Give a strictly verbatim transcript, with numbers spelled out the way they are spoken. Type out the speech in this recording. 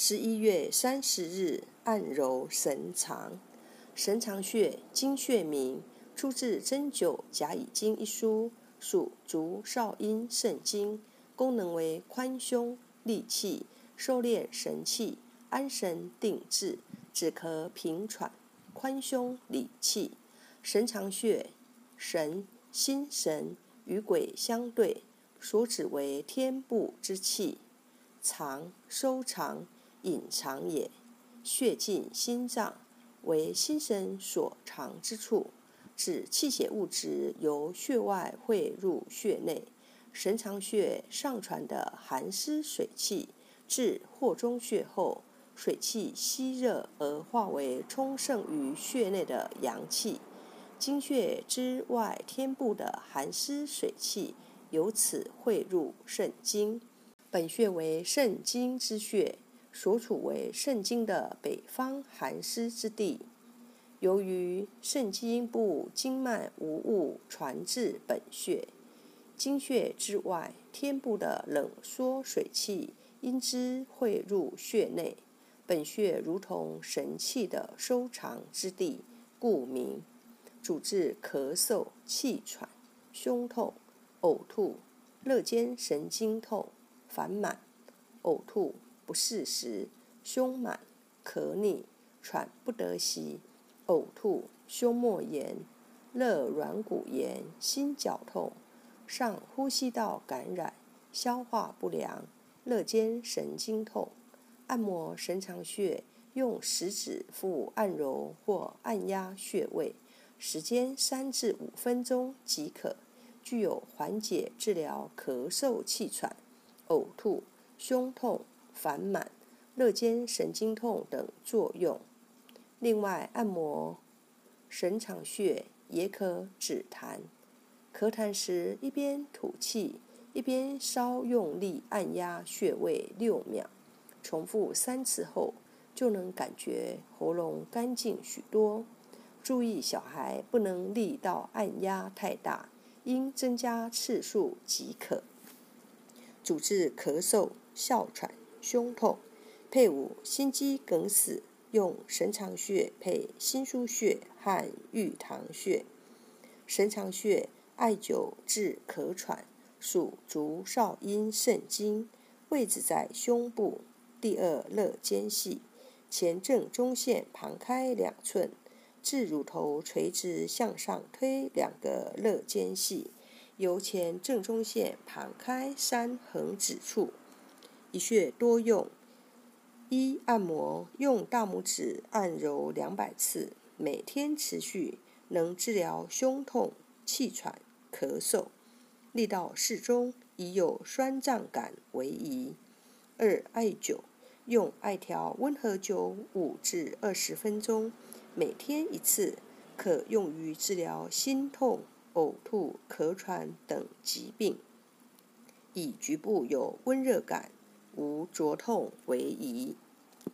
十一月三十日，按揉神藏。神藏穴，经穴名，出自《针灸甲乙经》一书，属足少阴肾经，功能为宽胸、利气、收敛神气、安神定志，止咳平喘、宽胸理气。神藏穴，神心神与鬼相对，所指为天部之气，藏收藏隐藏也。血进心脏，为心神所藏之处，指气血物质由穴外汇入穴内。神藏穴上传的寒湿水气至惑中穴后，水气吸热而化为充盛于穴内的阳气，经穴之外天部的寒湿水气由此汇入肾经。本穴为肾经之穴，所处为肾经的北方寒湿之地。由于肾经部经脉无物传至本穴，经穴之外天部的冷缩水气因之汇入穴内，本穴如同神气的收藏之地，故名。主治咳嗽、气喘、胸痛、呕吐、肋间神经痛、烦满、呕吐、不适时、胸满、咳逆、喘不得息、呕吐、胸膜炎、肋软骨炎、心绞痛、上呼吸道感染、消化不良、肋间神经痛。按摩神藏穴，用食指腹按揉或按压穴位，时间三至五分钟即可，具有缓解治疗咳嗽、气喘、呕吐、胸痛、烦满、肋间神经痛等作用。另外，按摩神藏穴也可止痰。咳痰时，一边吐气，一边稍用力按压穴位六秒，重复三次后，就能感觉喉咙干净许多。注意小孩不能力道按压太大，应增加次数即可。主治咳嗽、哮喘、胸痛，配伍心肌梗死，用神藏穴配心腧穴和玉堂穴。神藏穴艾灸治咳喘，属足少阴肾经，位置在胸部第二肋间隙，前正中线旁开两寸，至乳头垂直向上推两个肋间隙，由前正中线旁开三横指处。一穴多用。一、按摩，用大拇指按揉两百次，每天持续，能治疗胸痛、气喘、咳嗽，力道适中，以有酸胀感为宜。二、艾灸，用艾条温和灸五至二十分钟，每天一次，可用于治疗心痛、呕吐、咳喘等疾病，以局部有温热感、无灼痛为宜。